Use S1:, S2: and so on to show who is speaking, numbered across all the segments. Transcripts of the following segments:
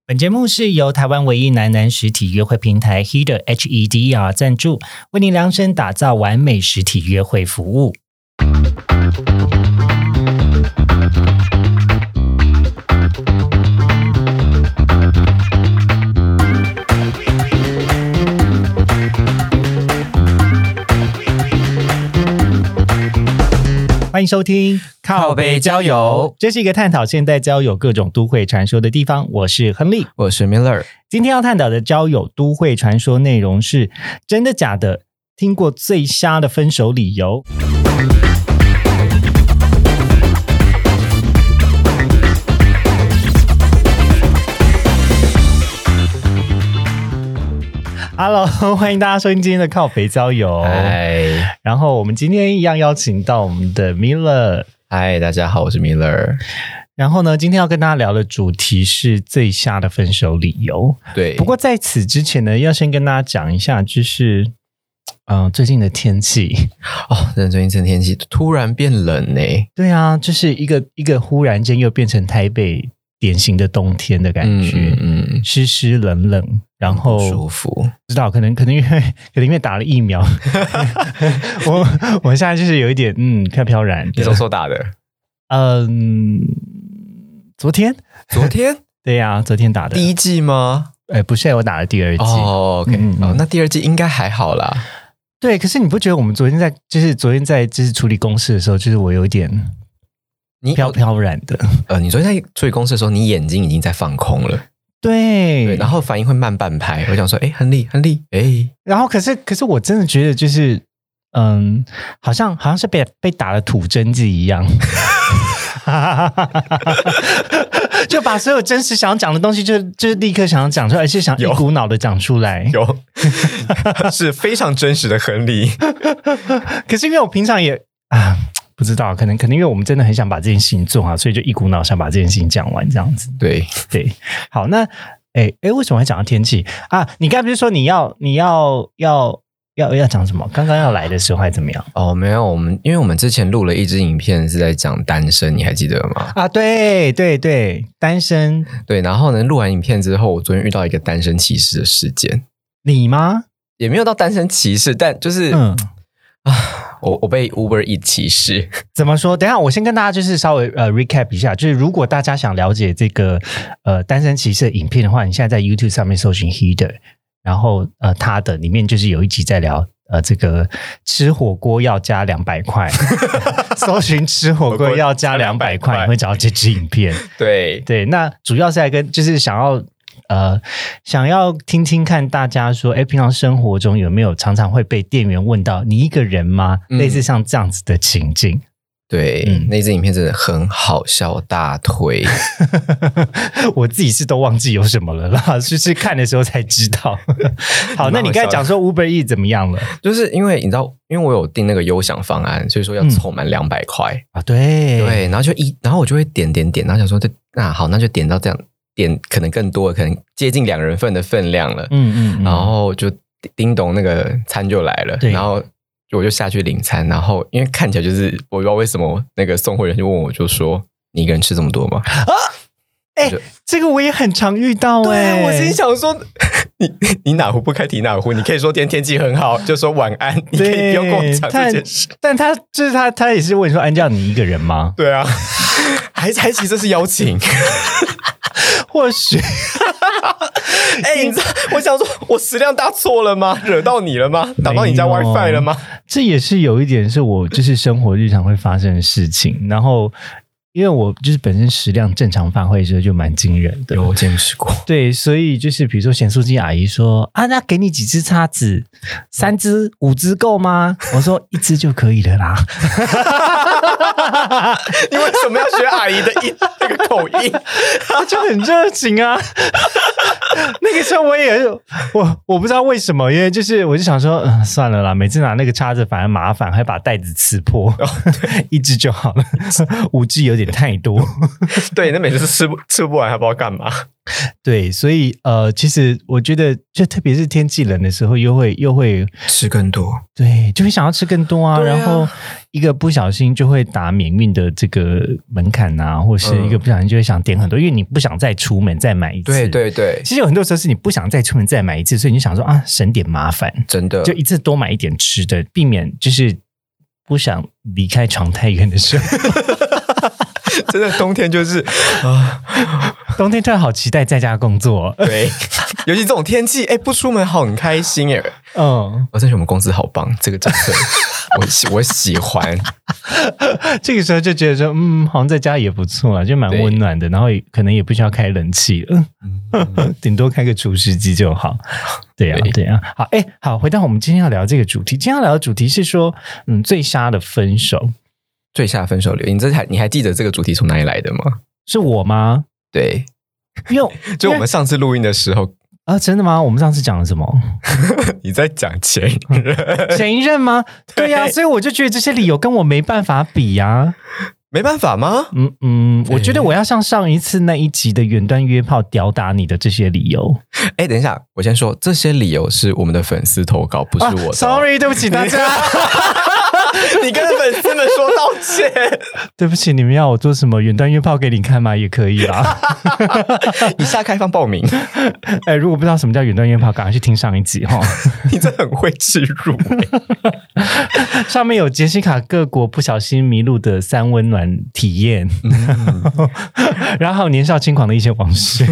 S1: 本节目是由台湾唯一男实体约会平台 HEDER 赞助，为您量身打造完美实体约会服务。欢迎收听
S2: 靠北交友，
S1: 这是一个探讨现代交友各种都会传说的地方。我是亨利，
S2: 我是 Miller。
S1: 今天要探讨的交友都会传说内容是真的假的？听过最瞎的分手理由。Hello， 欢迎大家收听今天的靠北交友。
S2: 嗨，
S1: 然后我们今天一样邀请到我们的 Miller。
S2: 嗨，大家好，我是 Miller。
S1: 然后呢，今天要跟大家聊的主题是最瞎的分手理由。
S2: 对，
S1: 不过在此之前呢，要先跟大家讲一下，就是最近的天气
S2: 最近这天气突然变冷欸。
S1: 对啊，就是一个忽然间又变成台北典型的冬天的感觉，湿湿冷冷，然后
S2: 不舒服。
S1: 不知道可能因为打了疫苗，我现在就是有一点飘飘然。
S2: 你什么时候打的？
S1: 昨天对呀，昨天打的。
S2: 第一剂吗？
S1: 不是，我打了第二剂。
S2: OK，那第二剂应该还好啦。
S1: 对，可是你不觉得我们昨天在处理公事的时候，就是我有一点飘飘然的。
S2: 你昨天在处理公事的时候，你眼睛已经在放空了。对，然后反应会慢半拍。我想说，亨利，
S1: 然后可是我真的觉得就是好像是被打了土针剂一样。就把所有真实想要讲的东西就是立刻想要讲出来，而且想一股脑的讲出来。
S2: 有是非常真实的亨利。
S1: 可是因为我平常也不知道，可能因为我们真的很想把这件事情做好，所以就一股脑想把这件事情讲完这样子。对，好，那为什么会讲到天气啊？你刚才不是说你要讲什么？刚刚要来的时候还怎么样？
S2: 没有，因为我们之前录了一支影片是在讲单身，你还记得吗？
S1: 对，单身。对，
S2: 然后呢，录完影片之后，我昨天遇到一个单身歧视的事件。
S1: 你吗？
S2: 也没有到单身歧视，但就是我被 Uber Eats 歧视。
S1: 怎么说？等一下我先跟大家就是稍微recap 一下，就是如果大家想了解这个单身歧视的影片的话，你现在在 YouTube 上面搜寻 Heater， 然后它的里面就是有一集在聊这个吃火锅要加200块，搜寻吃火锅要加200块，你会找到这支影片。对，那主要是来跟就是想要听听看大家说，平常生活中有没有常常会被店员问到你一个人吗？类似像这样子的情境。
S2: 对，那支影片真的很好笑，大推。
S1: 我自己是都忘记有什么了啦，就是看的时候才知道。好，那你刚才讲说 Uber Eats 怎么样了？
S2: 就是因为你知道，因为我有订那个优享方案，所以说要凑满200块
S1: 啊。对，
S2: 然后我就会点，然后想说，那好，那就点到这样。点可能更多，可能接近2人份的分量了。然后就叮咚，那个餐就来了。然后我就下去领餐，然后因为看起来就是我不知道为什么那个送货人就问我，就说你一个人吃这么多吗？
S1: 这个我也很常遇到。
S2: 对，我心想说你哪壶不开提哪壶，你可以说今天天气很好，就说晚安，你可以不用跟我讲这件事。
S1: 但他也是问说安叫你一个人吗？
S2: 对啊，还其实这是邀请。
S1: 或许
S2: 你知道我想说我食量大错了吗？惹到你了吗？打到你家 WiFi 了吗？
S1: 这也是有一点是我就是生活日常会发生的事情。然后因为我就是本身食量正常发挥的时候就蛮惊人的，
S2: 有见识过。
S1: 对，所以就是比如说咸酥鸡阿姨说那给你几只叉子，3只5只够吗？我说1只就可以了啦。
S2: 你为什么要学阿姨的那个口音？
S1: 就很热情啊。那个时候我不知道为什么，因为就是我就想说算了啦，每次拿那个叉子反而麻烦，还把袋子刺破。1只就好了，5只有点太多。
S2: 对，那每次吃不完还不知道干嘛。
S1: 对，所以其实我觉得，就特别是天气冷的时候，又会
S2: 吃更多，
S1: 对，就会想要吃更多啊。然后一个不小心就会打免运的这个门槛啊，或是一个不小心就会想点很多，因为你不想再出门再买一次。
S2: 对对对，
S1: 其实有很多时候是你不想再出门再买一次，所以你就想说啊，省点麻烦，
S2: 真的，
S1: 就一次多买一点吃的，避免就是不想离开床太远的时候。
S2: 真的冬天就是
S1: 冬天突然好期待在家工作，
S2: 对，尤其这种天气，不出门好很开心耶。我真觉得我们公司好棒，这个政策我喜欢。
S1: 这个时候就觉得说，好像在家也不错啊，就蛮温暖的，然后可能也不需要开冷气了，顶多开个除湿机就好。对啊，对啊。好，好，回到我们今天要聊这个主题，今天要聊的主题是说，最瞎的分手。
S2: 最下分手流，你还记得这个主题从哪里来的吗？
S1: 是我吗？
S2: 对，就我们上次录音的时候
S1: 啊，真的吗？我们上次讲了什么？
S2: 你在讲前
S1: 一任吗？对呀，所以我就觉得这些理由跟我没办法比啊。
S2: 没办法吗？
S1: 我觉得我要像上一次那一集的远端约炮吊打你的这些理由。
S2: 等一下，我先说，这些理由是我们的粉丝投稿，不是我的。
S1: Sorry， 对不起大家。
S2: 你跟粉丝们说道歉。
S1: 对不起，你们要我做什么远端约炮给你看吗？也可以啦。
S2: 以下开放报名。
S1: 如果不知道什么叫远端约炮，赶快去听上一集哈。
S2: 你真的很会置入。
S1: 上面有杰西卡各国不小心迷路的3温暖体验，然后年少轻狂的一些往事。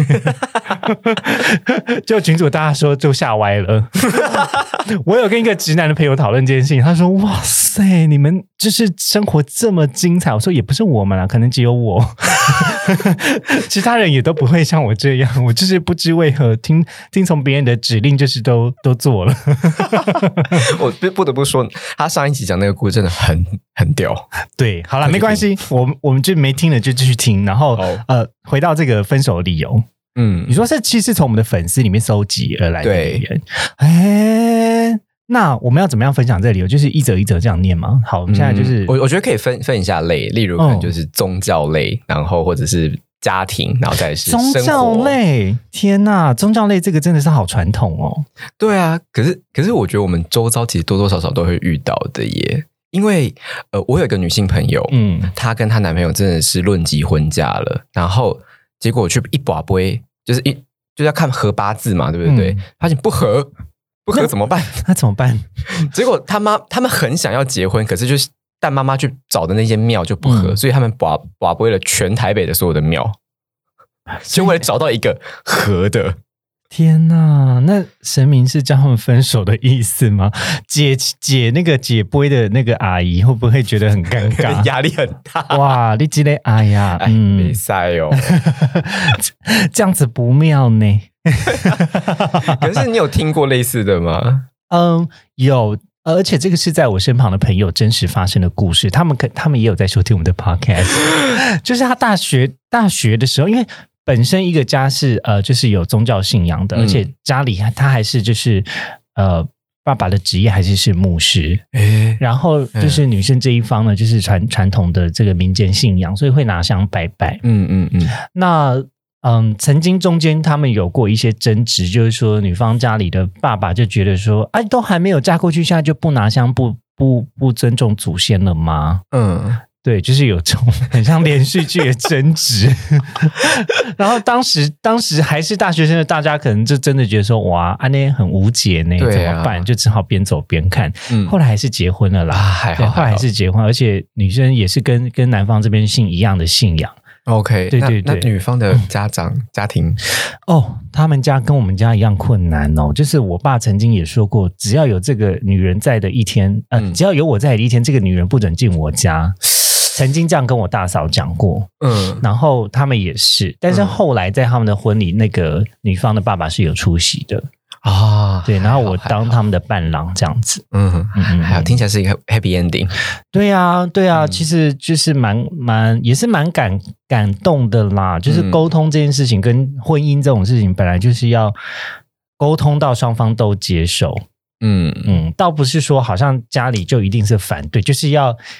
S1: 就群组大家说就吓歪了。我有跟一个直男的朋友讨论这件事情，他说哇塞，你们就是生活这么精彩。我说也不是我们啦，可能只有我。其他人也都不会像我这样，我就是不知为何听从别人的指令，就是都做了。
S2: 我不得不说，他上一集讲那个故事真的很屌。
S1: 对，好啦，没关系，我们就没听了就继续听。然后回到这个分手的理由，你说其实从我们的粉丝里面搜集而来的留言。那我们要怎么样分享这个理由？就是一则一则这样念吗？好，我们现在就是
S2: 我觉得可以分一下类，例如可能就是宗教类，然后或者是家庭，然后再是生活。
S1: 宗教类，天哪，宗教类这个真的是好传统哦。
S2: 对啊，可是我觉得我们周遭其实多多少少都会遇到的耶。因为我有一个女性朋友，她跟她男朋友真的是论及婚嫁了，然后结果我去一拔杯，就是要看合八字嘛，对不对？发现不合怎么办？
S1: 那怎么办？
S2: 结果他们很想要结婚，可是就是但妈妈去找的那些庙就不合，所以他们拔杯了全台北的所有的庙，就为了找到一个合的。
S1: 天哪，那神明是叫他们分手的意思吗？解那个解杯的那个阿姨会不会觉得很尴尬？
S2: 压力很大。
S1: 哇，你这个哎呀，
S2: 没赛哦，
S1: 这样子不妙呢。
S2: 可是你有听过类似的吗？
S1: 有，而且这个是在我身旁的朋友真实发生的故事，他们也有在收听我们的 podcast。就是他大学的时候，因为本身一个家是就是有宗教信仰的，而且家里他还是就是爸爸的职业还是牧师，然后就是女生这一方呢，就是传统的这个民间信仰，所以会拿香拜拜。那曾经中间他们有过一些争执，就是说女方家里的爸爸就觉得说，都还没有嫁过去，现在就不拿香不尊重祖先了吗？对，就是有这种很像连续剧的争执。然后当时还是大学生的大家可能就真的觉得说，哇，那很无解呢，怎么办？就只好边走边看。后来还是结婚了啦，对，后来还是结婚，而且女生也是跟男方这边信一样的信仰。
S2: OK，
S1: 对，
S2: 那女方的家庭
S1: 他们家跟我们家一样困难哦。就是我爸曾经也说过，只要有这个女人在的一天，只要有我在的一天，这个女人不准进我家。曾经这样跟我大嫂讲过，然后他们也是，但是后来在他们的婚礼，那个女方的爸爸是有出席的啊，对，然后我当他们的伴郎这样子，
S2: 还有听起来是一个 happy ending，
S1: 对啊，其实就是也是蛮感动的啦，就是沟通这件事情跟婚姻这种事情本来就是要沟通到双方都接受，倒不是说好像家里就一定是反对，就是要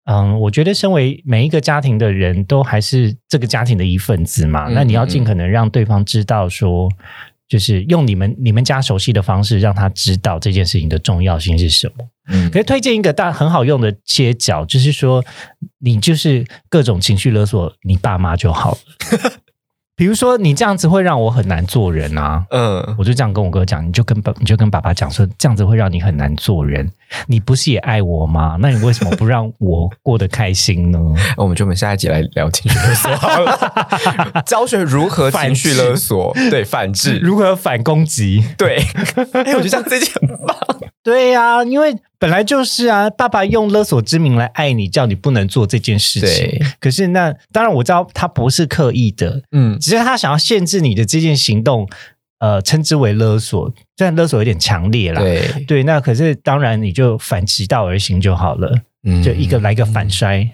S1: 我觉得身为每一个家庭的人都还是这个家庭的一份子嘛，那你要尽可能让对方知道说，就是用你们家熟悉的方式让他知道这件事情的重要性是什么。可是推荐一个很好用的切角，就是说你就是各种情绪勒索你爸妈就好了。比如说你这样子会让我很难做人啊，我就这样跟我哥讲，你就跟爸爸讲说，这样子会让你很难做人，你不是也爱我吗？那你为什么不让我过得开心呢？
S2: 我们下一集来聊情绪勒索好了，教学如何情绪勒索，对，反制，
S1: 如何反攻击，
S2: 对，我觉得这样这集很棒。
S1: 对啊，因为本来就是啊，爸爸用勒索之名来爱你，叫你不能做这件事情。可是那当然我知道他不是刻意的，只是他想要限制你的这件行动，称之为勒索。虽然勒索有点强烈啦，对，那可是当然你就反其道而行就好了，就来个反摔。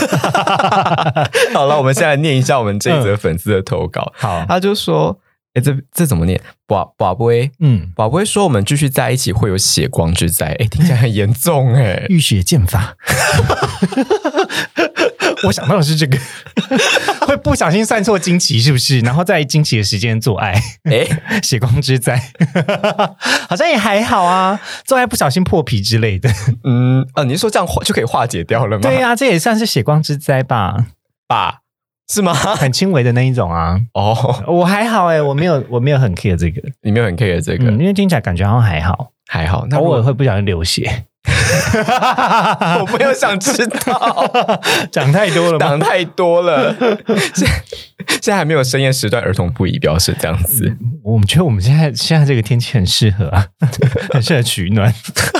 S2: 好了，我们现在念一下我们这一则粉丝的投稿。
S1: 好，
S2: 他就说。这怎么念？宝贝，宝贝说我们继续在一起会有血光之灾，听起来很严重
S1: 浴血剑法。我想到的是这个，会不小心算错经期是不是？然后在经期的时间做爱，血光之灾，好像也还好啊，做爱不小心破皮之类的。
S2: 你是说这样就可以化解掉了吗？
S1: 对啊，这也算是血光之灾吧？
S2: 是吗？
S1: 很轻微的那一种啊。我还好我没有很 care 这个。
S2: 你没有很 care 这个，
S1: 因为听起来感觉好像还好，
S2: 那
S1: 偶尔会不小心流血。
S2: 我没有想知道，
S1: 讲太多了吗？
S2: 讲太多了。现在还没有深夜时段儿童不宜表示这样子。
S1: 我们觉得我们现在这个天气很适合啊，很适合取暖。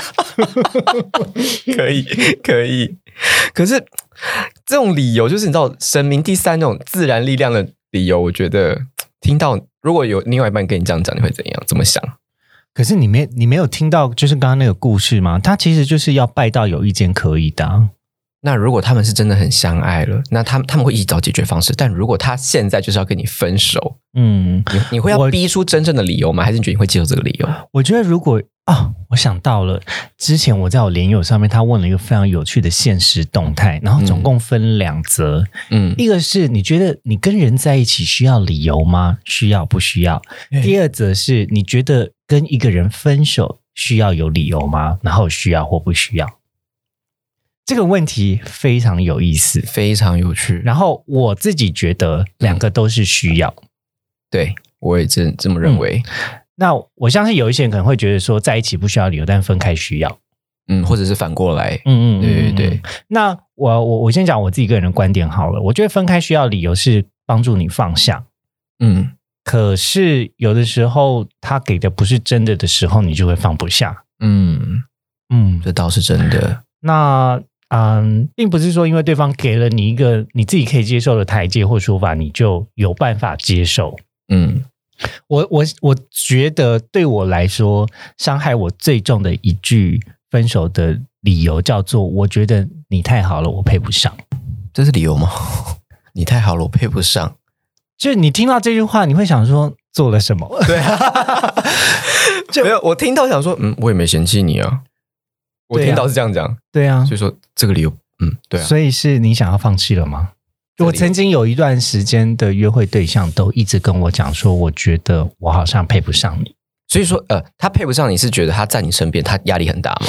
S2: 可以，可是这种理由就是你知道神明第三种自然力量的理由，我觉得听到如果有另外一半跟你这样讲，你会怎样？怎么想？
S1: 可是你没有听到就是刚刚那个故事吗？他其实就是要拜到有意见可以的。
S2: 那如果他们是真的很相爱了，那他们会一起找解决方式。但如果他现在就是要跟你分手，你会要逼出真正的理由吗？还是你觉得你会接受这个理由？
S1: 我觉得如果我想到了，之前我在我连友上面，他问了一个非常有趣的现实动态，然后总共分2则，一个是你觉得你跟人在一起需要理由吗？需要不需要？第二则是你觉得跟一个人分手需要有理由吗？然后需要或不需要？这个问题非常有意思，
S2: 非常有趣。
S1: 然后我自己觉得2个都是需要，
S2: 对，我也这么认为。
S1: 那我相信有一些人可能会觉得说在一起不需要理由，但分开需要，
S2: 或者是反过来，对。
S1: 那我先讲我自己个人的观点好了，我觉得分开需要理由是帮助你放下，可是有的时候他给的不是真的时候，你就会放不下，
S2: 这倒是真的。
S1: 那并不是说因为对方给了你一个你自己可以接受的台阶或说法，你就有办法接受。我觉得对我来说，伤害我最重的一句分手的理由叫做我觉得你太好了，我配不上。
S2: 这是理由吗？你太好了，我配不上。
S1: 就是你听到这句话，你会想说做了什么？
S2: 对啊，没有，我听到想说，我也没嫌弃你啊。我听到是这样讲，
S1: 对啊，
S2: 所以说这个理由，对啊。
S1: 所以是你想要放弃了吗？我曾经有一段时间的约会对象都一直跟我讲说，我觉得我好像配不上你。
S2: 所以说，他配不上你是觉得他在你身边，他压力很大吗？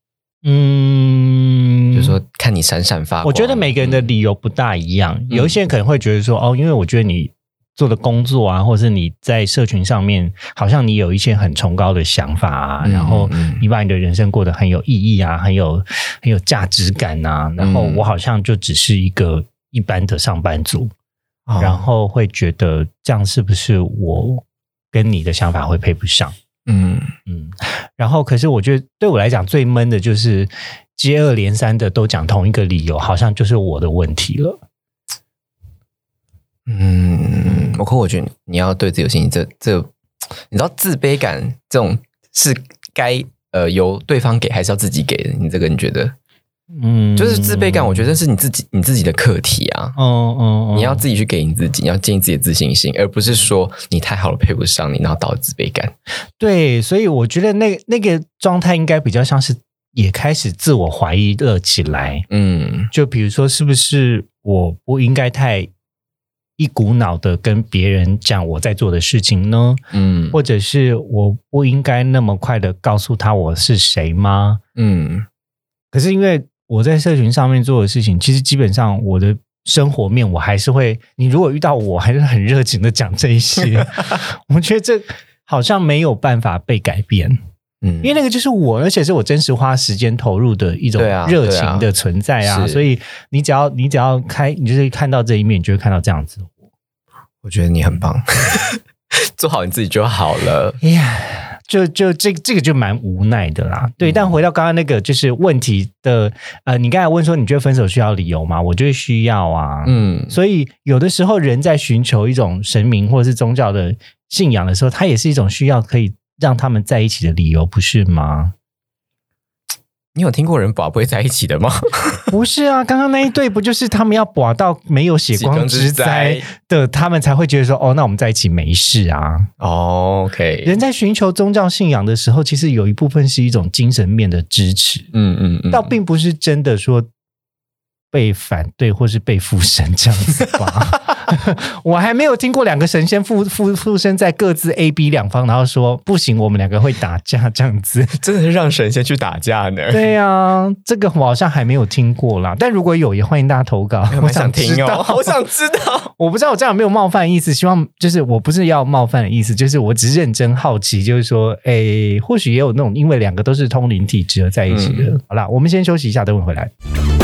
S2: 就是说看你闪闪发光。
S1: 我觉得每个人的理由不大一样，有一些人可能会觉得说，因为我觉得你做的工作啊，或者是你在社群上面，好像你有一些很崇高的想法啊，然后你把你的人生过得很有意义啊，很有价值感啊，然后我好像就只是一个一般的上班族，然后会觉得这样是不是我跟你的想法会配不上？然后可是我觉得对我来讲最闷的就是接二连三的都讲同一个理由，好像就是我的问题了。
S2: 我觉得你要对自己有信心，这你知道自卑感这种是该由对方给还是要自己给的？你这个你觉得？就是自卑感，我觉得是你自己的课题啊。你要自己去给你自己，你要建立自己的自信心，而不是说你太好了配不上你，然后导致自卑感。
S1: 对，所以我觉得那个状态应该比较像是也开始自我怀疑了起来。就比如说是不是我不应该太一股脑的跟别人讲我在做的事情呢？或者是我不应该那么快的告诉他我是谁吗？可是因为我在社群上面做的事情，其实基本上我的生活面我还是会，你如果遇到我还是很热情的讲这一些我觉得这好像没有办法被改变。因为那个就是我，而且是我真实花时间投入的一种热情的存在啊，所以你只要你就是看到这一面，你就会看到这样子。
S2: 我觉得你很棒做好你自己就好了。
S1: 哎呀，这个就蛮无奈的啦。对，但回到刚刚那个就是问题的你刚才问说你觉得分手需要理由吗？我觉得需要啊。所以有的时候人在寻求一种神明或者是宗教的信仰的时候，它也是一种需要可以让他们在一起的理由，不是吗？
S2: 你有听过人拔不会在一起的吗？
S1: 不是啊，刚刚那一对不就是他们要拔到没有血光之灾的，他们才会觉得说那我们在一起没事啊。
S2: OK，
S1: 人在寻求宗教信仰的时候，其实有一部分是一种精神面的支持。倒并不是真的说被反对或是被附身这样子吧我还没有听过两个神仙附身在各自 A、B 两方，然后说不行我们两个会打架这样子。
S2: 真的是让神仙去打架呢？
S1: 对啊，这个我好像还没有听过啦，但如果有也欢迎大家投稿。
S2: 我想听哦，好想知道
S1: 我不知道我这样有没有冒犯的意思，希望就是我不是要冒犯的意思，就是我只是认真好奇，就是说或许也有那种因为两个都是通灵体质而在一起的。好啦，我们先休息一下，等会回来。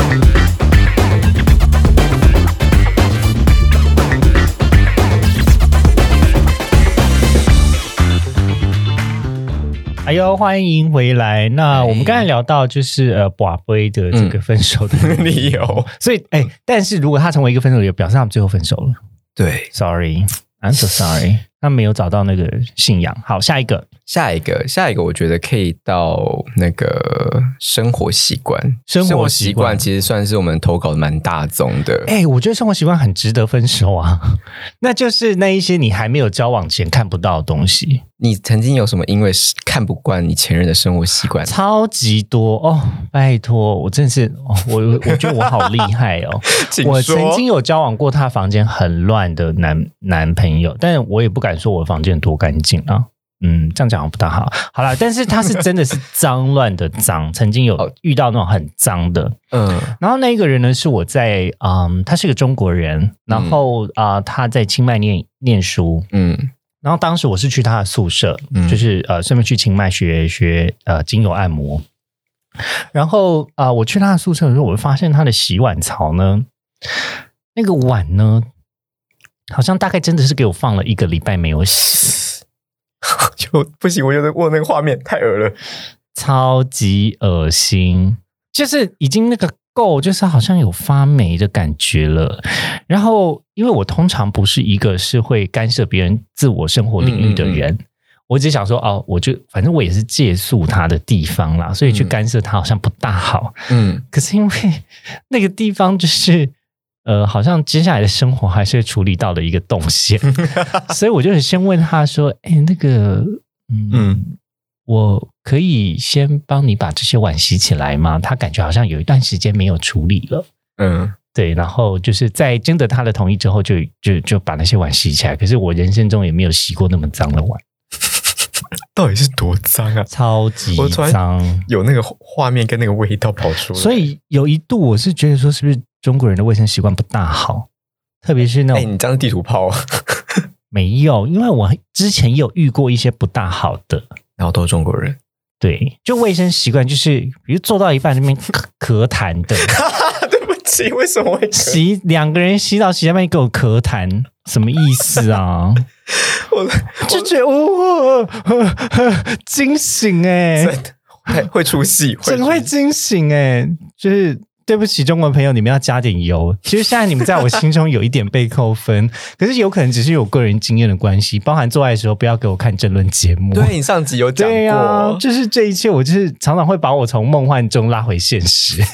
S1: 哎呦，欢迎回来。那我们刚才聊到就是拔杯的这个分手的
S2: 理由，
S1: 所以但是如果他成为一个分手理由，表示他们最后分手了。
S2: 对
S1: ，Sorry， I'm so sorry， 他没有找到那个信仰。好，下一个，
S2: 我觉得可以到那个生活习惯。生活习惯其实算是我们投稿蛮大众的。
S1: 我觉得生活习惯很值得分手啊。那就是那一些你还没有交往前看不到的东西。
S2: 你曾经有什么因为看不惯你前任的生活习惯？
S1: 超级多哦！拜托，我真的是我觉得我好厉害哦！我曾经有交往过他房间很乱的男朋友，但我也不敢说我房间多干净啊。这样讲不大好。好啦，但是他是真的是脏乱的脏，曾经有遇到那种很脏的。然后那一个人呢是我在他是个中国人，然后他在清迈念书。然后当时我是去他的宿舍，就是顺便去清迈学精油按摩。然后我去他的宿舍的时候，我就发现他的洗碗槽呢，那个碗呢，好像大概真的是给我放了1个礼拜没有洗。
S2: 就不行，我觉得我那个画面太恶了，
S1: 超级恶心，就是已经那个够，就是好像有发霉的感觉了。然后因为我通常不是一个是会干涉别人自我生活领域的人，我只想说我就反正我也是借宿他的地方啦，所以去干涉他好像不大好。可是因为那个地方就是好像接下来的生活还是会处理到的一个动线所以我就先问他说那个我可以先帮你把这些碗洗起来吗？他感觉好像有一段时间没有处理了。对，然后就是在征得他的同意之后就把那些碗洗起来。可是我人生中也没有洗过那么脏的碗
S2: 到底是多脏啊？
S1: 超级脏，
S2: 有那个画面跟那个味道跑出来。
S1: 所以有一度我是觉得说是不是中国人的卫生习惯不大好，特别是那种
S2: 你这样是地图炮
S1: 没有，因为我之前也有遇过一些不大好的，
S2: 然后都是中国人。
S1: 对，就卫生习惯就是比如做到一半那边咳痰的
S2: 对不起，为什么会
S1: 两个人洗澡洗到一半给我咳痰，什么意思啊？我就觉得惊醒
S2: 会出戏，
S1: 真的会惊醒就是对不起中国朋友，你们要加点油。其实现在你们在我心中有一点被扣分可是有可能只是有个人经验的关系，包含做爱的时候不要给我看政论节目。
S2: 对，你上集有讲过。对啊，
S1: 就是这一切我就是常常会把我从梦幻中拉回现实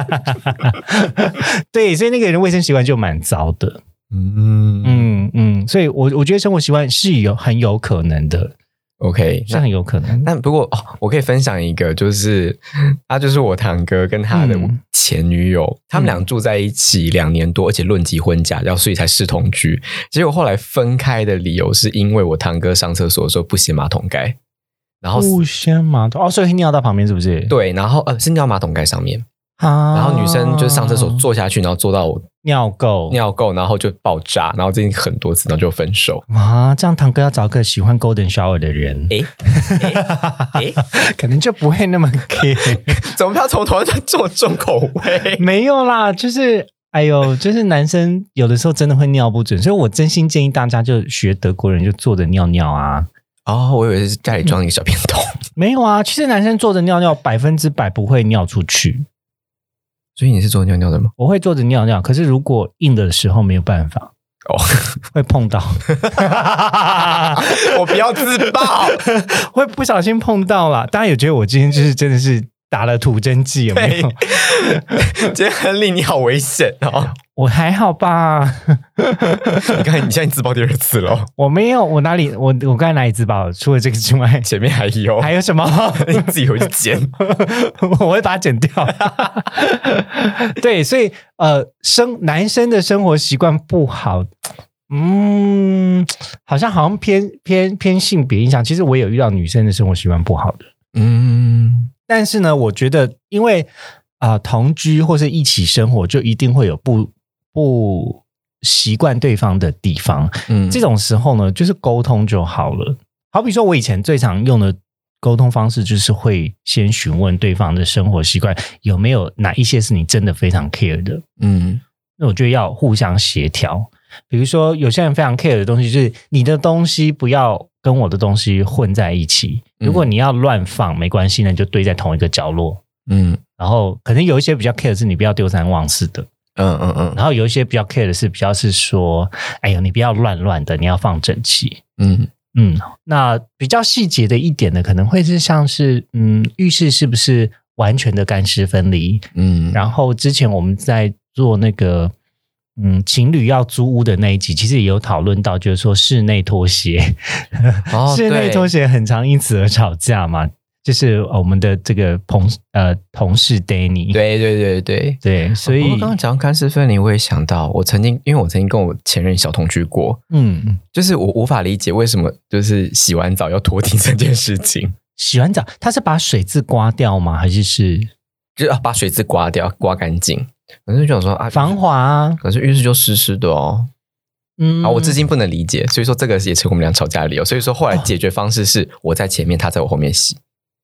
S1: 对，所以那个人的卫生习惯就蛮糟的。所以我觉得生活习惯是很有可能的。
S2: OK，
S1: 这样有可能。
S2: 但不过我可以分享一个，就是他就是我堂哥跟他的前女友，他们俩住在一起2年多，而且论及婚嫁，所以才视同居。结果后来分开的理由是因为我堂哥上厕所的时候不掀马桶盖，然后
S1: 不掀马桶所以尿到旁边是不是？
S2: 对，然后是尿马桶盖上面。然后女生就上厕所坐下去，然后坐到
S1: 尿垢，
S2: 然后就爆炸，然后这很多次，然后就分手。
S1: 这样堂哥要找个喜欢 Golden Shower 的人，可能就不会那么 care。
S2: 怎么不要从头上这么重口味？
S1: 没有啦，就是就是男生有的时候真的会尿不准，所以我真心建议大家就学德国人，就坐着尿尿啊。
S2: 我以为是家里装一个小便桶。
S1: 没有啊，其实男生坐着尿尿100%不会尿出去。
S2: 所以你是坐着尿尿的吗？
S1: 我会坐着尿尿，可是如果硬的时候没有办法会碰到。
S2: 我不要自爆。
S1: 会不小心碰到啦。大家有觉得我今天就是真的是打了吐真剂有没有？
S2: 今天亨利你好危险
S1: 我还好吧。
S2: 你现在自爆第2次了。
S1: 我没有，我哪里我刚才哪里自爆？除了这个之外，
S2: 前面还有
S1: 什么？
S2: 你自己回去剪。
S1: 我会把它剪掉。对，所以男生的生活习惯不好，好像偏性别影响。其实我也有遇到女生的生活习惯不好的，但是呢，我觉得因为同居或是一起生活，就一定会有不习惯对方的地方。这种时候呢，就是沟通就好了。好比说，我以前最常用的沟通方式就是会先询问对方的生活习惯有没有哪一些是你真的非常 care 的。那我觉得要互相协调。比如说，有些人非常 care 的东西就是你的东西不要跟我的东西混在一起。如果你要乱放没关系，那你就堆在同一个角落。然后可能有一些比较 care 的是你不要丢三忘四的。然后有一些比较 care 的是比较是说，哎呦，你不要乱的，你要放整齐。那比较细节的一点呢，可能会是像是浴室是不是完全的干湿分离？然后之前我们在做那个情侣要租屋的那一集，其实也有讨论到，就是说室内拖鞋，室内拖鞋很常因此而吵架嘛。就是我们的这个同事 Danny， 对，所以
S2: 我刚刚讲到干湿分离，我也想到因为我曾经跟我前任小同居过，就是我无法理解为什么就是洗完澡要拖地这件事情。
S1: 洗完澡，他是把水渍刮掉吗？还是
S2: 就是要把水渍刮掉，刮干净？可是就想说
S1: 防滑啊，
S2: 可是浴室就湿湿的哦。我至今不能理解，所以说这个也是我们俩吵架的理由。所以说后来解决方式是我在前面，他在我后面洗。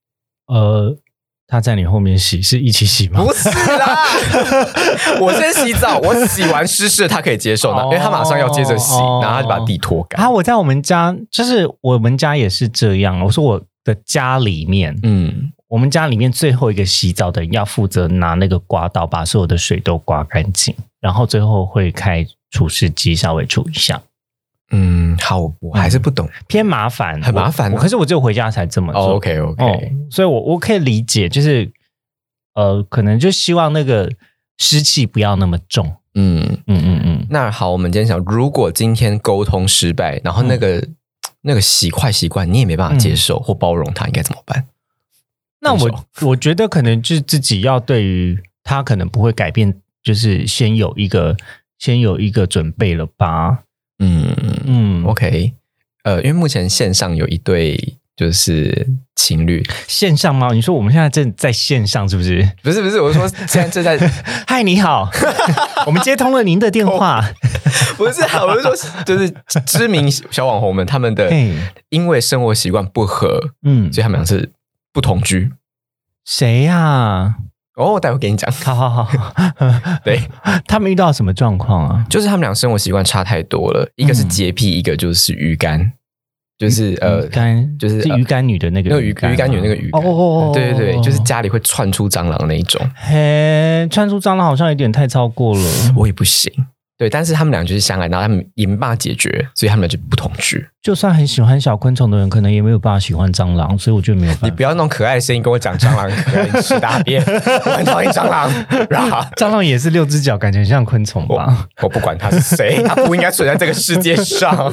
S1: 他在你后面洗是一起洗吗？
S2: 不是啦，我先洗澡，我洗完湿湿的他可以接受的，因为他马上要接着洗，然后他就把地拖干。
S1: 我在我们家，就是我们家也是这样。我说我的家里面，我们家里面最后一个洗澡的人要负责拿那个刮刀把所有的水都刮干净，然后最后会开除湿机稍微除一下。
S2: 好，我还是不懂，
S1: 偏麻烦，
S2: 很麻烦。
S1: 可是我只有回家才这么做。
S2: OK，
S1: 所以我可以理解，就是可能就希望那个湿气不要那么重。
S2: 那好，我们今天想，如果今天沟通失败，然后那个坏习惯你也没办法接受或包容它，应该怎么办？
S1: 那我觉得可能就是自己要对于他可能不会改变，就是先有一个准备了吧。
S2: OK， 因为目前线上有一对就是情侣，
S1: 线上吗？你说我们现在正在线上是不是？
S2: 不是，我说现在正在。
S1: 嗨，你好，我们接通了您的电话。
S2: 不是，我是说就是知名小网红们他们的因为生活习惯不合，所以他们俩是不同居。
S1: 谁呀？
S2: 待会给你讲。
S1: 好。
S2: 对，
S1: 他们遇到什么状况啊？
S2: 就是他们俩生活习惯差太多了，一个是洁癖，一个就是鱼干，就是
S1: 鱼干，就是鱼干女的那个
S2: 鱼干女那个鱼干。对，就是家里会窜出蟑螂那一种。
S1: 窜出蟑螂好像有点太超过了，
S2: 我也不行。 对，但是他们俩就是相爱，然后他们也没办法解决，所以他们俩就不同居。
S1: 就算很喜欢小昆虫的人，可能也没有办法喜欢蟑螂，所以我觉得没有办法。
S2: 你不要那种可爱的声音跟我讲蟑螂可爱吃大便，我很讨厌蟑螂。
S1: 蟑螂也是6只脚，感觉很像昆虫吧？
S2: 我不管他是谁，他不应该存在这个世界上。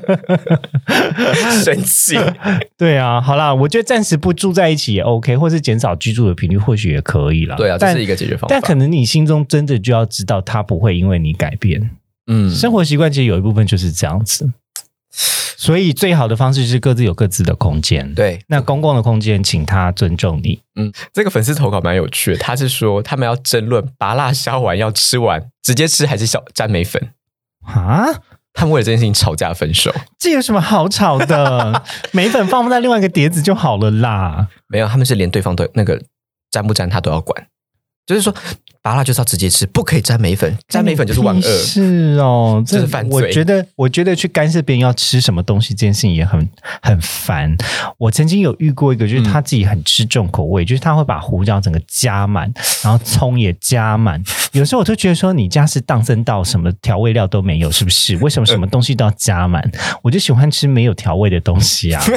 S2: 生气。
S1: 对啊，好啦，我觉得暂时不住在一起也 OK， 或是减少居住的频率，或许也可以啦。
S2: 对啊，这是一个解决方法。
S1: 但可能你心中真的就要知道，他不会因为你改变。生活习惯其实有一部分就是这样子，所以最好的方式是各自有各自的空间。
S2: 对，
S1: 那公共的空间，请他尊重你。
S2: 这个粉丝投稿蛮有趣的，他是说他们要争论芭乐削完要吃完直接吃还是沾梅粉啊？他们为了这件事情吵架分手，
S1: 这有什么好吵的？梅粉放在另外一个碟子就好了啦。
S2: 没有，他们是连对方都那个沾不沾他都要管，就是说芭乐就是要直接吃，不可以沾梅粉，沾梅粉就是万恶。
S1: 是哦，
S2: 这是犯罪。
S1: 我觉得去干涉别人要吃什么东西这件事情也很烦。我曾经有遇过一个，就是他自己很吃重口味，就是他会把胡椒整个加满，然后葱也加满。有时候我就觉得说，你家是荡生到什么调味料都没有，是不是？为什么什么东西都要加满？我就喜欢吃没有调味的东西啊。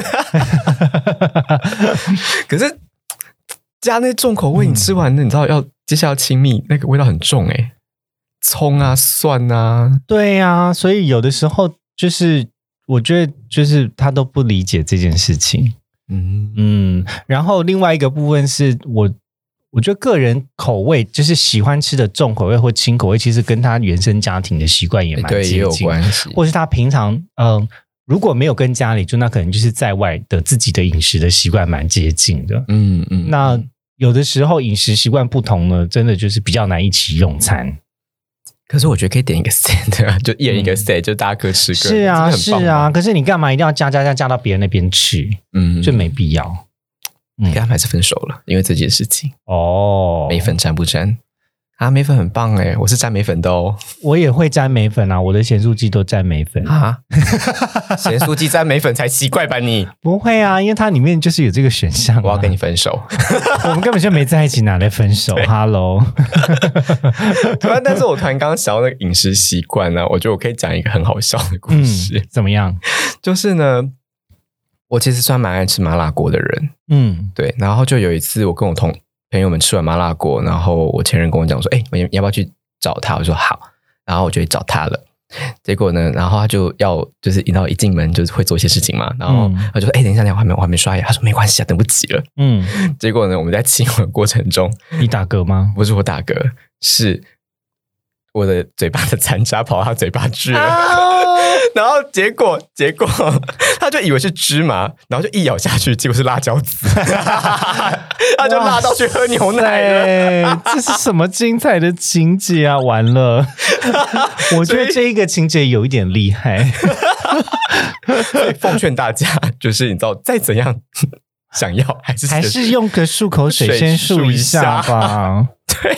S2: 可是加那重口味，你吃完了，你知道接下来要亲密，那个味道很重葱啊蒜啊，
S1: 对啊，所以有的时候就是我觉得就是他都不理解这件事情。然后另外一个部分是我觉得个人口味就是喜欢吃的重口味或轻口味，其实跟他原生家庭的习惯也蛮接近，
S2: 也有关系，
S1: 或是他平常如果没有跟家里住，那可能就是在外的自己的饮食的习惯蛮接近的。那有的时候饮食习惯不同呢，真的就是比较难一起用餐。
S2: 可是我觉得可以点一个 set 啊，就一人一个 set，就大家各吃各。
S1: 是啊，是啊。可是你干嘛一定要加到别人那边去？就没必要。
S2: 跟他们还是分手了，因为这件事情。梅粉沾不沾？啊，梅粉很棒我是沾梅粉的哦。
S1: 我也会沾梅粉啊，我的咸酥鸡都沾梅粉啊。
S2: 咸酥鸡沾梅粉才奇怪吧你？
S1: 不会啊，因为它里面就是有这个选项。
S2: 我要跟你分手。
S1: 我们根本就没在一起，哪来分手 ？Hello。
S2: 但是我突然刚刚想到那个饮食习惯呢，我觉得我可以讲一个很好笑的故事。
S1: 怎么样？
S2: 就是呢，我其实算蛮爱吃麻辣锅的人。对。然后就有一次，我跟我朋友们吃完麻辣锅，然后我前任跟我讲说：“你要不要去找他？”我说：“好。”然后我就去找他了。结果呢，然后他就要就是一进门就是会做一些事情嘛，然后我就说：“等一下，我还没刷牙。”他说：“没关系啊，等不及了。”结果呢，我们在亲吻的过程中，
S1: 你打嗝吗？
S2: 不是我打嗝，是我的嘴巴的残渣跑到他嘴巴去了。然后结果他就以为是芝麻，然后就一咬下去，结果是辣椒籽。他就辣到去喝牛奶了。
S1: 这是什么精彩的情节啊？完了，我觉得这一个情节有一点厉害。
S2: 所以奉劝大家，就是你知道再怎样想要还是
S1: 用个漱口水先漱一下吧。
S2: 对。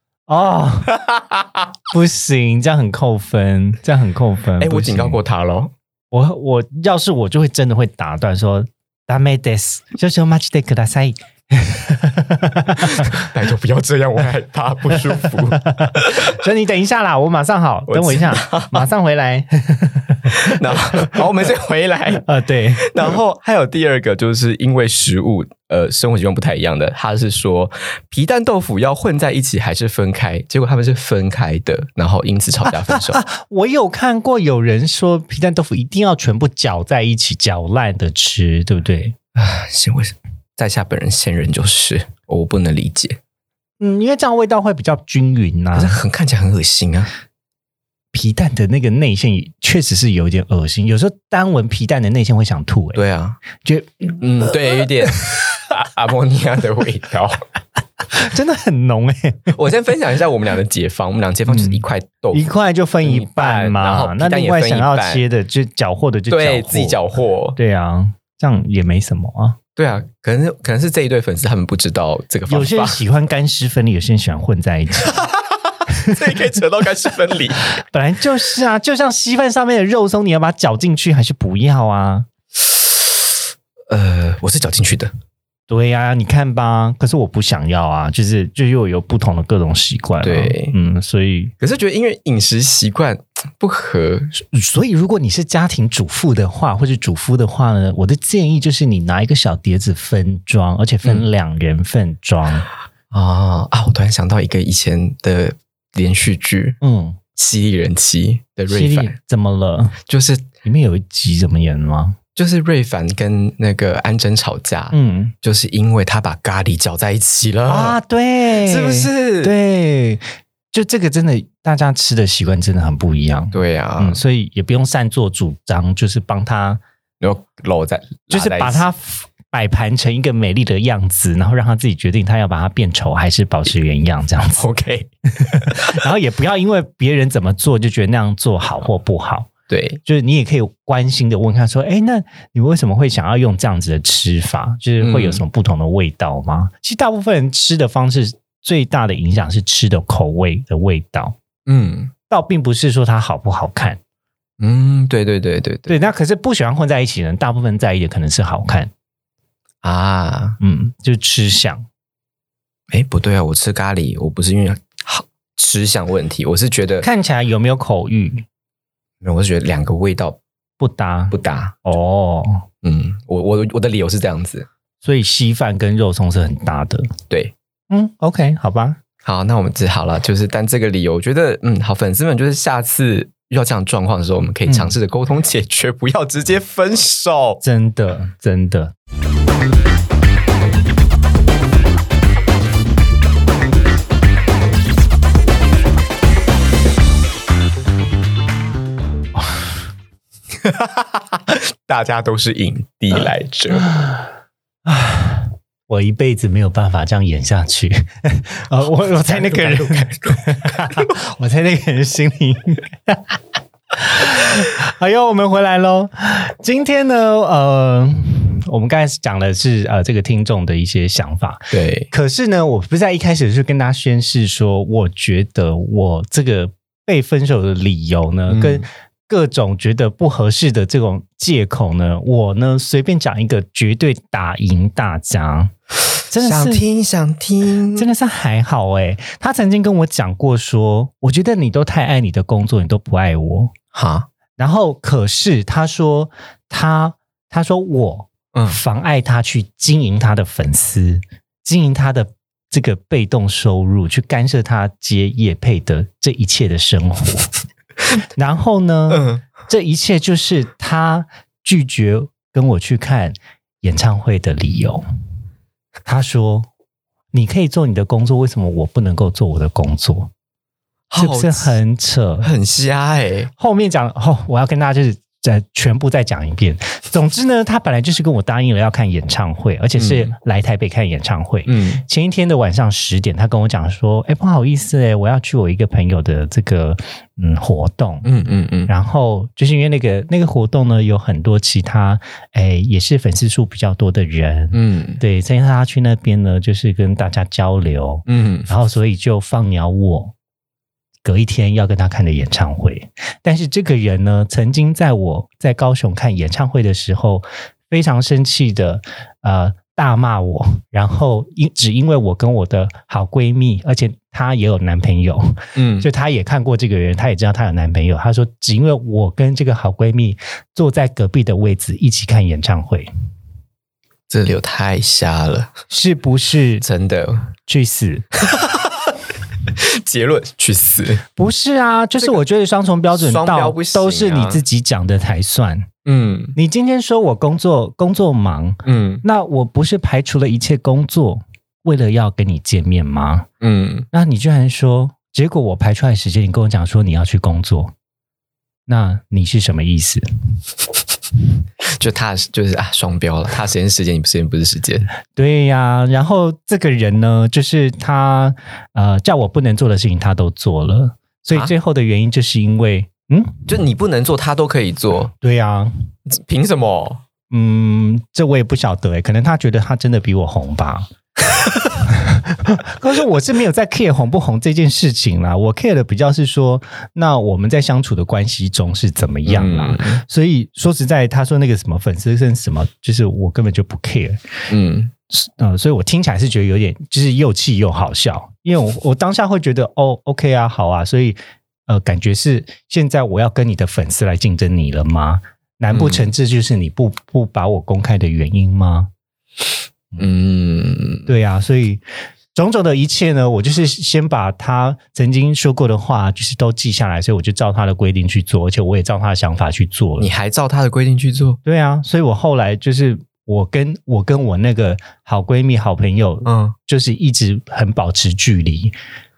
S1: 不行，这样很扣分，
S2: 我警告过他咯。
S1: 我要是我就会真的会打断说ダメです。少々待ちてください。
S2: 拜托不要这样，我害怕不舒服。
S1: 所以你等一下啦，我马上好，等我一下，马上回来。
S2: 然后我们先回来。
S1: 对。
S2: 然后还有第二个，就是因为食物生活习惯不太一样的，他是说皮蛋豆腐要混在一起还是分开？结果他们是分开的，然后因此吵架分手。
S1: 我有看过有人说皮蛋豆腐一定要全部搅在一起，搅烂的吃，对不对？
S2: 为什么？在下本人现任就是我不能理解。
S1: 因为这样味道会比较均匀啊，
S2: 可是看起来很恶心啊。
S1: 皮蛋的那个内馅确实是有点恶心，有时候单闻皮蛋的内馅会想吐。
S2: 对啊，
S1: 觉得
S2: 对，有点阿莫尼亚的味道。
S1: 真的很浓
S2: 我先分享一下我们俩的解方，我们俩解方就是一块豆腐，
S1: 一块就分一半嘛，
S2: 然后
S1: 那另外想要切的就搅和的就搅和，
S2: 对，自己搅和。
S1: 对啊，这样也没什么啊。
S2: 对啊，可能是这一对粉丝他们不知道这个方法。
S1: 有些人喜欢干湿分离，有些人喜欢混在一起。
S2: 这也可以扯到干湿分离。
S1: 本来就是啊，就像稀饭上面的肉松，你要把它搅进去还是不要啊？
S2: 我是搅进去的。
S1: 对呀，你看吧，可是我不想要啊，就又有不同的各种习惯，
S2: 对，
S1: 所以
S2: 可是觉得因为饮食习惯不合，
S1: 所以如果你是家庭主妇的话，或者主夫的话呢，我的建议就是你拿一个小碟子分装，而且分2人份装
S2: 我突然想到一个以前的连续剧，犀利人妻的瑞凡，
S1: 怎么了？
S2: 就是
S1: 里面有一集怎么演吗？
S2: 就是瑞凡跟那个安贞吵架，就是因为他把咖喱搅在一起了啊，
S1: 对，
S2: 是不是？
S1: 对，就这个真的，大家吃的习惯真的很不一样，
S2: 对啊，
S1: 所以也不用擅作主张，就是帮他
S2: 搂在，
S1: 就是把它摆盘成一个美丽的样子，然后让他自己决定他要把它变丑还是保持原样这样子。
S2: OK，
S1: 然后也不要因为别人怎么做就觉得那样做好或不好。
S2: 对，
S1: 就是你也可以关心的问他说：“哎，那你为什么会想要用这样子的吃法？就是会有什么不同的味道吗？”其实大部分人吃的方式最大的影响是吃的口味的味道，倒并不是说它好不好看。
S2: 对，
S1: 那可是不喜欢混在一起的人，大部分在意的可能是好看啊，就是吃相。
S2: 哎，不对啊，我吃咖喱，我不是因为吃相问题，我是觉得
S1: 看起来有没有口欲。
S2: 我是觉得2个味道
S1: 不搭
S2: 哦，我的理由是这样子，
S1: 所以稀饭跟肉松是很搭的，
S2: 对
S1: ，OK， 好吧，
S2: 好，那我们只好了，就是但这个理由，我觉得好，粉丝们就是下次遇到这样的状况的时候，我们可以尝试着沟通解决，不要直接分手，
S1: 真的。
S2: 大家都是影帝来着，
S1: 我一辈子没有办法这样演下去。我在那个人，我在那个人心里。好哟，我们回来咯。今天呢，我们刚才讲的是这个听众的一些想法，
S2: 对。
S1: 可是呢，我不是在一开始就跟大家宣示说，我觉得我这个被分手的理由呢，跟各种觉得不合适的这种借口呢，我呢随便讲一个绝对打赢大家，真的是
S2: 想听，
S1: 真的是还好欸。他曾经跟我讲过说，我觉得你都太爱你的工作，你都不爱我哈。然后可是他说他说我妨碍他去经营他的粉丝，经营他的这个被动收入，去干涉他接业配的这一切的生活。然后呢，这一切就是他拒绝跟我去看演唱会的理由。他说你可以做你的工作，为什么我不能够做我的工作？是不是很扯
S2: 很瞎欸？
S1: 后面讲我要跟大家就是全部再讲一遍。总之呢，他本来就是跟我答应了要看演唱会，而且是来台北看演唱会。前一天的晚上10点，他跟我讲说：“不好意思我要去我一个朋友的这个活动。”然后就是因为那个活动呢，有很多其他也是粉丝数比较多的人。对，所以他去那边呢，就是跟大家交流。然后所以就放鸟我。隔一天要跟他看的演唱会，但是这个人呢，曾经在我在高雄看演唱会的时候，非常生气的大骂我，然后只因为我跟我的好闺蜜，而且她也有男朋友，就她也看过这个人，她也知道她有男朋友，她说只因为我跟这个好闺蜜坐在隔壁的位置一起看演唱会，
S2: 这理由太瞎了，
S1: 是不是？
S2: 真的
S1: 去死！
S2: 结论去死！
S1: 不是啊，就是我觉得双重标准都是你自己讲的才算。你今天说我工作忙，那我不是排除了一切工作，为了要跟你见面吗？那你居然说，结果我排出来的时间，你跟我讲说你要去工作，那你是什么意思？
S2: 就他就是双标了，他时间是时间，你时间不是时间。
S1: 对呀，然后这个人呢，就是他叫我不能做的事情他都做了，所以最后的原因就是因为
S2: 就你不能做他都可以做。
S1: 对呀，
S2: 凭什么？
S1: 这我也不晓得可能他觉得他真的比我红吧。 可是我是没有在 care 红不红这件事情啦，我 care 的比较是说，那我们在相处的关系中是怎么样啦。所以说实在，他说那个什么粉丝跟什么，就是我根本就不 care。所以我听起来是觉得有点就是又气又好笑，因为我当下会觉得哦 OK 啊，好啊，所以感觉是现在我要跟你的粉丝来竞争你了吗？难不成这就是你不把我公开的原因吗？对啊，所以种种的一切呢，我就是先把他曾经说过的话就是都记下来，所以我就照他的规定去做，而且我也照他的想法去做了。
S2: 你还照他的规定去做？
S1: 对啊，所以我后来就是我跟我那个好闺蜜好朋友就是一直很保持距离。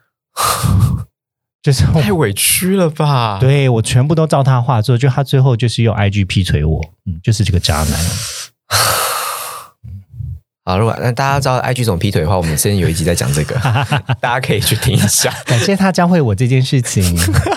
S1: 就是
S2: 太委屈了吧？
S1: 对，我全部都照他话做，就他最后就是用 IG 劈腿我，就是这个渣男。
S2: 好，如果那大家知道 IG 怎么劈腿的话，我们之前有一集在讲这个，大家可以去听一下。
S1: 感谢他教会我这件事情。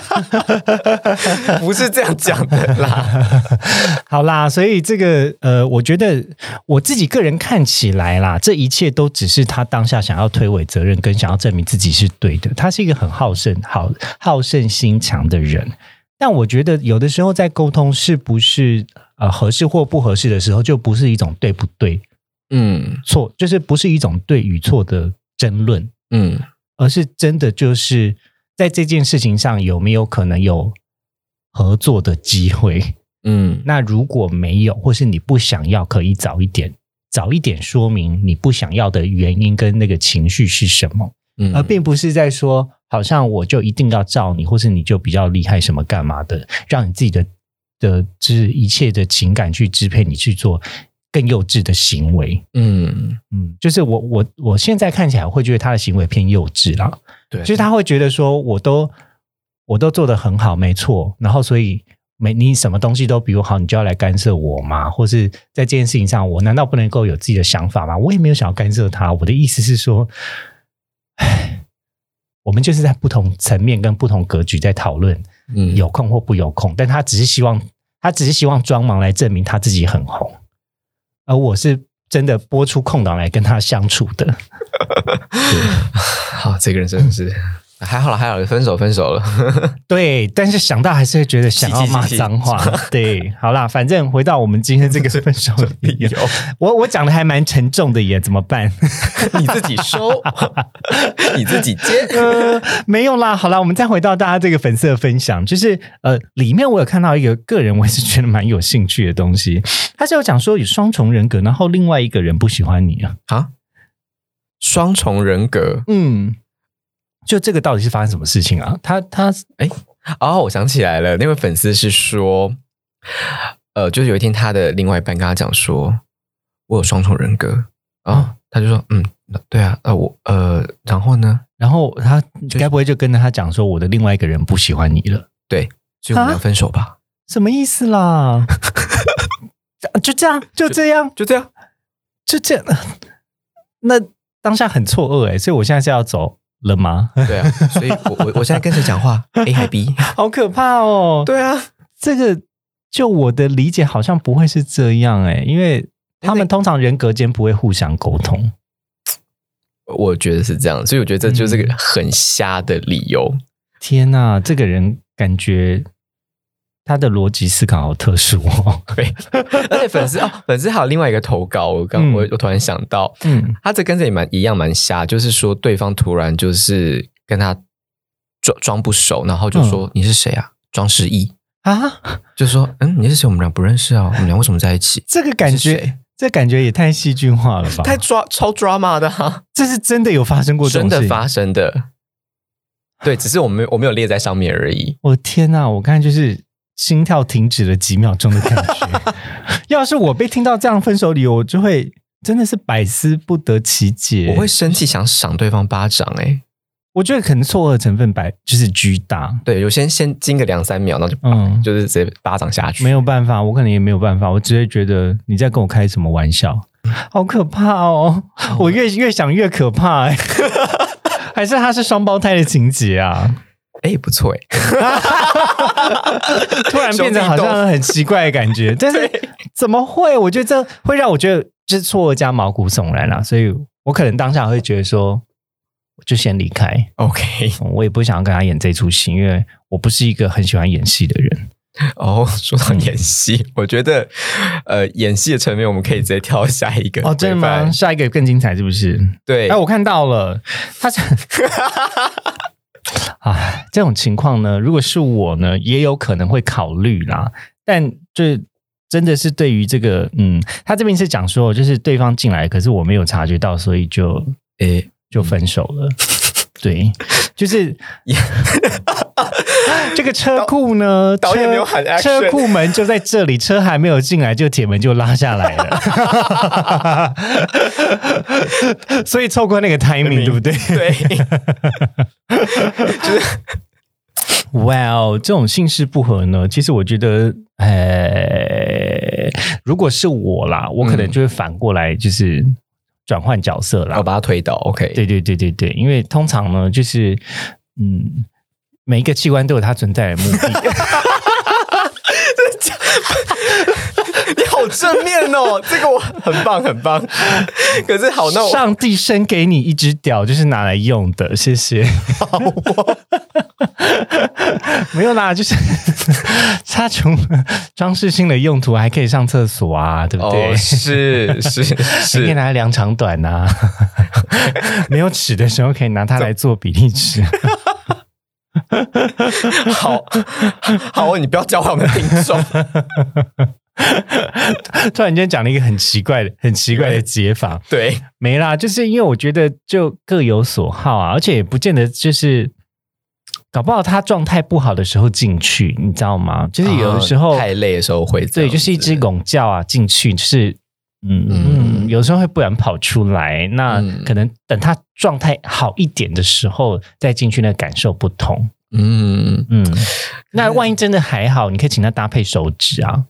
S2: 不是这样讲的啦。
S1: 好啦，所以这个我觉得我自己个人看起来啦，这一切都只是他当下想要推诿责任，跟想要证明自己是对的。他是一个很好胜心强的人，但我觉得有的时候在沟通是不是合适或不合适的时候，就不是一种对不对。错，就是不是一种对与错的争论，而是真的就是在这件事情上有没有可能有合作的机会。那如果没有，或是你不想要，可以早一点说明你不想要的原因跟那个情绪是什么，而并不是在说好像我就一定要照你，或是你就比较厉害什么干嘛的，让你自己的就是一切的情感去支配你去做更幼稚的行为。就是我现在看起来会觉得他的行为偏幼稚啦。对，就是他会觉得说我都做得很好，没错，然后所以你什么东西都比我好，你就要来干涉我吗？或是在这件事情上，我难道不能够有自己的想法吗？我也没有想要干涉他，我的意思是说，我们就是在不同层面跟不同格局在讨论，有空或不有空，但他只是希望装忙来证明他自己很红。而我是真的拨出空档来跟他相处的。
S2: 好，这个人真的是还好了，分手了。
S1: 对，但是想到还是会觉得想要骂脏话。对，好啦，反正回到我们今天这个分手的理由，我讲的还蛮沉重的耶，怎么办？
S2: 你自己收，你自己接。
S1: 没有啦，好啦，我们再回到大家这个粉丝的分享，就是里面我有看到一个个人我也是觉得蛮有兴趣的东西，他是有讲说有双重人格，然后另外一个人不喜欢你啊。
S2: 双重人格，
S1: 就这个到底是发生什么事情啊？
S2: 我想起来了，那位粉丝是说，就是有一天他的另外一半跟他讲说，我有双重人格，他就说，对啊，然后呢？然后
S1: 他该不会就跟他讲说，我的另外一个人不喜欢你了？
S2: 对，所以我们要分手吧？
S1: 什么意思啦？就这样，那当下很错愕所以我现在是要走了吗？
S2: 对啊，所以我现在跟谁讲话 A 还 B？
S1: 好可怕哦！
S2: 对啊，
S1: 这个就我的理解好像不会是这样因为他们通常人格间不会互相沟通。
S2: 我觉得是这样，所以我觉得这就是个很瞎的理由。
S1: 天哪，这个人感觉他的逻辑思考好特殊
S2: 对，而且粉丝还有另外一个投稿，我突然想到，他这跟这也一样蛮瞎，就是说对方突然就是跟他装不熟，然后就说你是谁啊？装失忆啊？就说你是谁？我们俩不认识啊，我们俩为什么在一起？
S1: 这个感觉也太戏剧化了吧？
S2: 太超 drama 的
S1: 这是真的有发生过这种事情？
S2: 真的发生的。对，只是我没有列在上面而已。
S1: 我天哪，我看就是心跳停止了几秒钟的感觉。要是我被听到这样分手理由，我就会真的是百思不得其解。
S2: 我会生气，想赏对方巴掌
S1: 我觉得可能错愕成分就是巨大。
S2: 对，有先惊个2-3秒，然后就就是直接巴掌下去。
S1: 没有办法，我可能也没有办法，我只会觉得你在跟我开什么玩笑，好可怕哦！我越想越可怕还是他是双胞胎的情节啊？
S2: 不错
S1: 突然变成好像很奇怪的感觉，但是怎么会？我觉得这会让我觉得就是错愕加毛骨悚然啦，所以我可能当下会觉得说，我就先离开。
S2: OK，
S1: 我也不想要跟他演这出戏，因为我不是一个很喜欢演戏的人。
S2: 说到演戏，我觉得演戏的层面我们可以直接跳下一个。
S1: 真的吗？下一个更精彩是不是？
S2: 对，
S1: 我看到了，他是这种情况呢，如果是我呢，也有可能会考虑啦，但就真的是对于这个他这边是讲说就是对方进来，可是我没有察觉到，所以就分手了。对，就是这个车库呢，
S2: 导演没有喊 action，
S1: 车库门就在这里，车还没有进来，就铁门就拉下来了，所以错过那个 timing， 对不对？
S2: 对，
S1: 就是哇，这种性事不合呢，其实我觉得，如果是我啦，我可能就会反过来，就是转换角色啦，
S2: 把它推倒。OK，
S1: 对，因为通常呢，就是每一个器官都有它存在的目的。
S2: 你好正面哦，这个我很棒。可是好，那
S1: 上帝生给你一只屌，就是拿来用的，谢谢。没有啦，就是它除了装饰性的用途，还可以上厕所啊，对不对？
S2: 是，
S1: 可以拿来量长短啊。没有尺的时候，可以拿它来做比例尺。
S2: 好，你不要教坏我们的听众。
S1: 突然间讲了一个很奇怪的解法，
S2: 对，
S1: 没啦，就是因为我觉得就各有所好啊，而且也不见得就是搞不好他状态不好的时候进去，你知道吗？就是有的时候
S2: 太累的时候会，
S1: 对，就是一只拱叫啊进去，就是有时候会不然跑出来，那可能等他状态好一点的时候再进去，那感受不同。那万一真的还好，你可以请他搭配手指啊。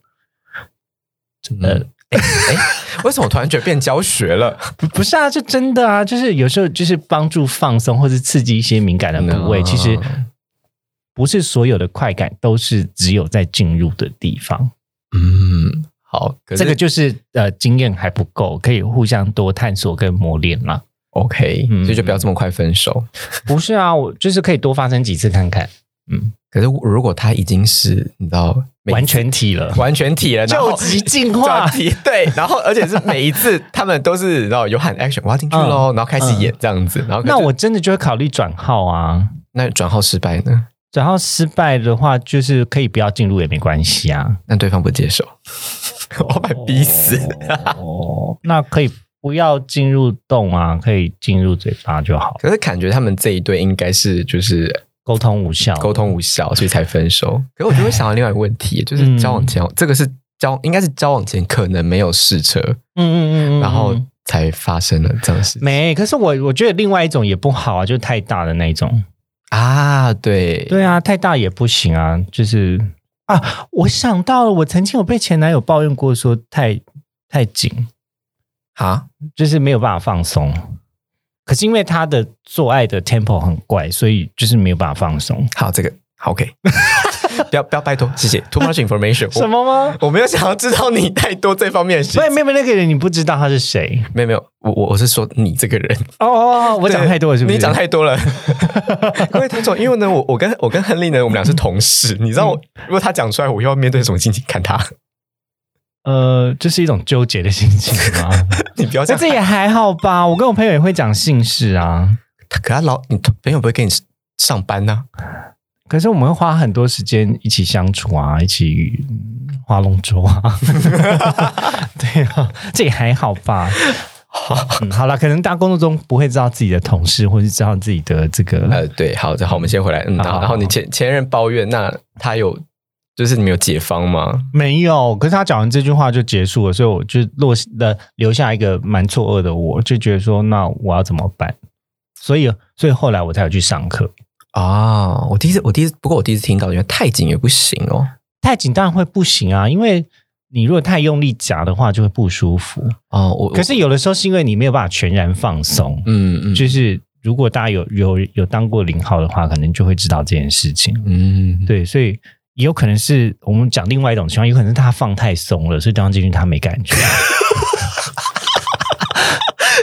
S2: 为什么我突然觉得变教学了？
S1: 不是啊，就真的啊，就是有时候就是帮助放松或是刺激一些敏感的部位。其实不是所有的快感都是只有在进入的地方。
S2: 好，
S1: 这个就是经验还不够，可以互相多探索跟磨练啦。
S2: OK，所以就不要这么快分手。
S1: 不是啊，我就是可以多发生几次看看。
S2: 可是如果他已经是你知道
S1: 完全体了，
S2: 就
S1: 极进化，
S2: 对，然后而且是每一次他们都是你知道有喊 action， 我要进去咯，然后开始演这样子，然后
S1: 那我真的就会考虑转号啊。
S2: 那转号失败呢？
S1: 转号失败的话，就是可以不要进入也没关系啊。
S2: 那对方不接受，我把逼死。
S1: 那可以不要进入洞啊，可以进入嘴巴就好。
S2: 可是感觉他们这一对应该是就是
S1: 沟通无效，
S2: 所以才分手。可是我就会想到另外一个问题，就是交往前，这个是应该是交往前可能没有试车，然后才发生了这样的事情。
S1: 没，可是我觉得另外一种也不好啊，就是太大的那种
S2: 啊，对
S1: 啊，太大也不行啊，就是啊，我想到了，我曾经有被前男友抱怨过，说太紧
S2: 啊，就是
S1: 没有办法放松。可是因为他的做爱的 tempo 很怪，所以就是没有办法放松。
S2: 好，这个好 OK， 不要拜托，谢谢。Too much information，
S1: 什么吗？
S2: 我没有想要知道你太多这方面的事情。
S1: 没有那个人，你不知道他是谁？
S2: 没有，我是说你这个人。
S1: 我讲太多了，是不是？
S2: 你讲太多了，各位听众。因为呢，我跟亨利呢，我们俩是同事。你知道如果他讲出来，我又要面对什么心情看他？
S1: 这是一种纠结的心情吗？
S2: 你不要这样，
S1: 这也还好吧。我跟我朋友也会讲性事啊。
S2: 可你朋友不会跟你上班呢？
S1: 可是我们会花很多时间一起相处啊，一起划龙舟啊。对啊，这也还好吧。好啦，可能大家工作中不会知道自己的同事，或是知道自己的这个
S2: 对，好，我们先回来。然后你前任抱怨，那他有就是你们有解方吗？
S1: 没有，可是他讲完这句话就结束了，所以我就留下一个蛮错愕的，我就觉得说，那我要怎么办？所以后来我才有去上课
S2: 啊。我第一次听到，原来太紧也不行哦。
S1: 太紧当然会不行啊，因为你如果太用力夹的话，就会不舒服哦。可是有的时候是因为你没有办法全然放松，就是如果大家有当过0号的话，可能就会知道这件事情。对，所以也有可能是我们讲另外一种情况，有可能是他放太松了，所以对方进去他没感觉。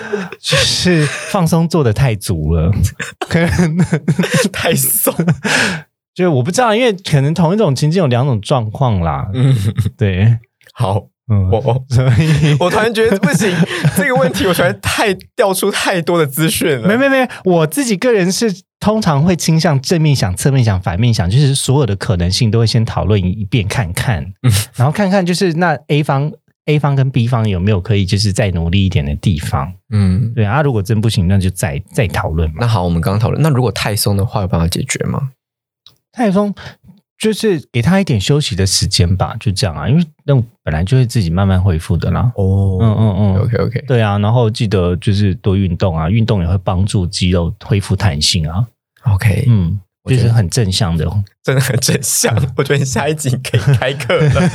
S1: 就是放松做得太足了，可能
S2: 太松。
S1: 就我不知道，因为可能同一种情境有2种状况啦。对，
S2: 好，我突然觉得不行，这个问题我突然调出太多的资讯了。
S1: 没，我自己个人是通常会倾向正面想、侧面想、反面想，就是所有的可能性都会先讨论一遍看看，然后看看就是那 A 方跟 B 方有没有可以就是再努力一点的地方。对啊，如果真不行，那就再讨论嘛。
S2: 那好，我们刚刚讨论，那如果太松的话，有办法解决吗？
S1: 太松就是给他一点休息的时间吧，就这样啊，因为那本来就会自己慢慢恢复的啦。
S2: OK，
S1: 对啊，然后记得就是多运动啊，运动也会帮助肌肉恢复弹性啊。
S2: OK，
S1: 就是很正向的，
S2: 真的很正向。我觉得下一集可以开课了。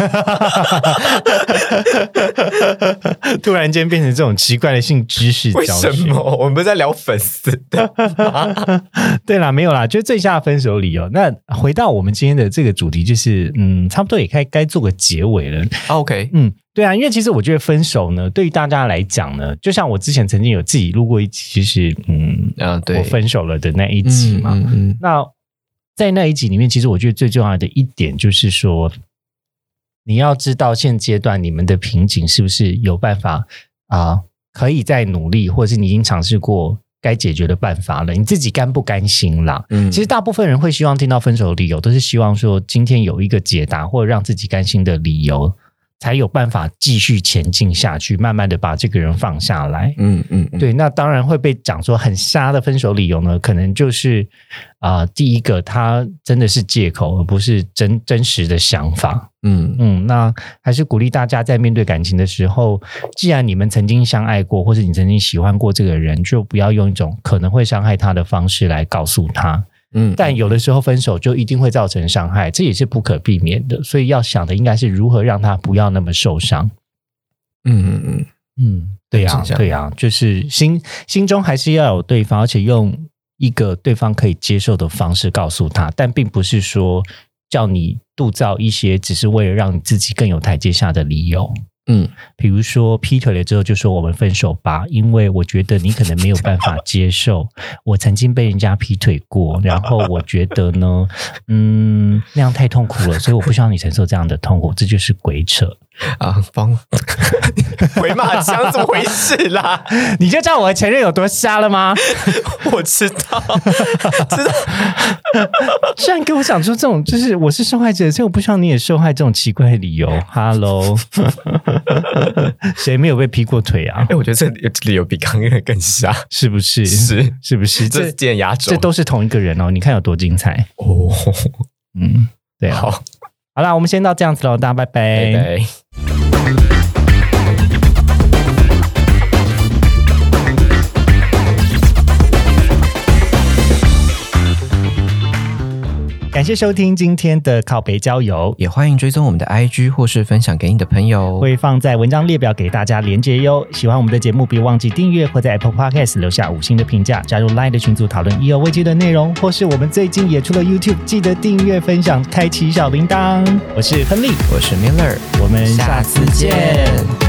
S1: 突然间变成这种奇怪的性知识教学，
S2: 为什么？我们不是在聊粉丝的？
S1: 对啦，没有啦，就是最下分手理由。那回到我们今天的这个主题，就是差不多也该做个结尾了。
S2: OK，
S1: 对啊，因为其实我觉得分手呢，对于大家来讲呢，就像我之前曾经有自己录过一集，就是
S2: 对，
S1: 我分手了的那一集嘛。那在那一集里面，其实我觉得最重要的一点就是说，你要知道现阶段你们的瓶颈是不是有办法可以再努力，或者是你已经尝试过该解决的办法了，你自己甘不甘心啦？其实大部分人会希望听到分手的理由，都是希望说今天有一个解答或者让自己甘心的理由，才有办法继续前进下去，慢慢的把这个人放下来。对，那当然会被讲说很瞎的分手理由呢，可能就是第一个他真的是借口，而不是真实的想法。那还是鼓励大家在面对感情的时候，既然你们曾经相爱过，或是你曾经喜欢过这个人，就不要用一种可能会伤害他的方式来告诉他。但有的时候分手就一定会造成伤害，这也是不可避免的，所以要想的应该是如何让他不要那么受伤。对啊，就是心中还是要有对方，而且用一个对方可以接受的方式告诉他，但并不是说叫你杜造一些只是为了让你自己更有台阶下的理由。比如说劈腿了之后就说我们分手吧，因为我觉得你可能没有办法接受我曾经被人家劈腿过，然后我觉得呢那样太痛苦了，所以我不希望你承受这样的痛苦，这就是鬼扯
S2: 回马枪怎么回事啦？
S1: 你就知道我的前任有多瞎了吗？
S2: 我知道
S1: 居然给我讲出这种就是我是受害者，所以我不希望你也受害这种奇怪的理由。Hello 谁没有被劈过腿啊？
S2: 我觉得这理由比刚刚更瞎，
S1: 是不是？是不是？
S2: 这是今天压轴，
S1: 这都是同一个人哦，你看有多精彩对啊，好啦，我们先到这样子咯，大家拜拜，
S2: 拜拜。
S1: 感谢收听今天的靠北郊游，
S2: 也欢迎追踪我们的 IG 或是分享给你的朋友，
S1: 会放在文章列表给大家连结哟。喜欢我们的节目，别忘记订阅或在 Apple Podcast 留下5星的评价，加入 LINE 的群组讨论意犹未尽的内容，或是我们最近也出了 YouTube， 记得订阅、分享、开启小铃铛。我是亨利，
S2: 我是 Miller，
S1: 我们下次见。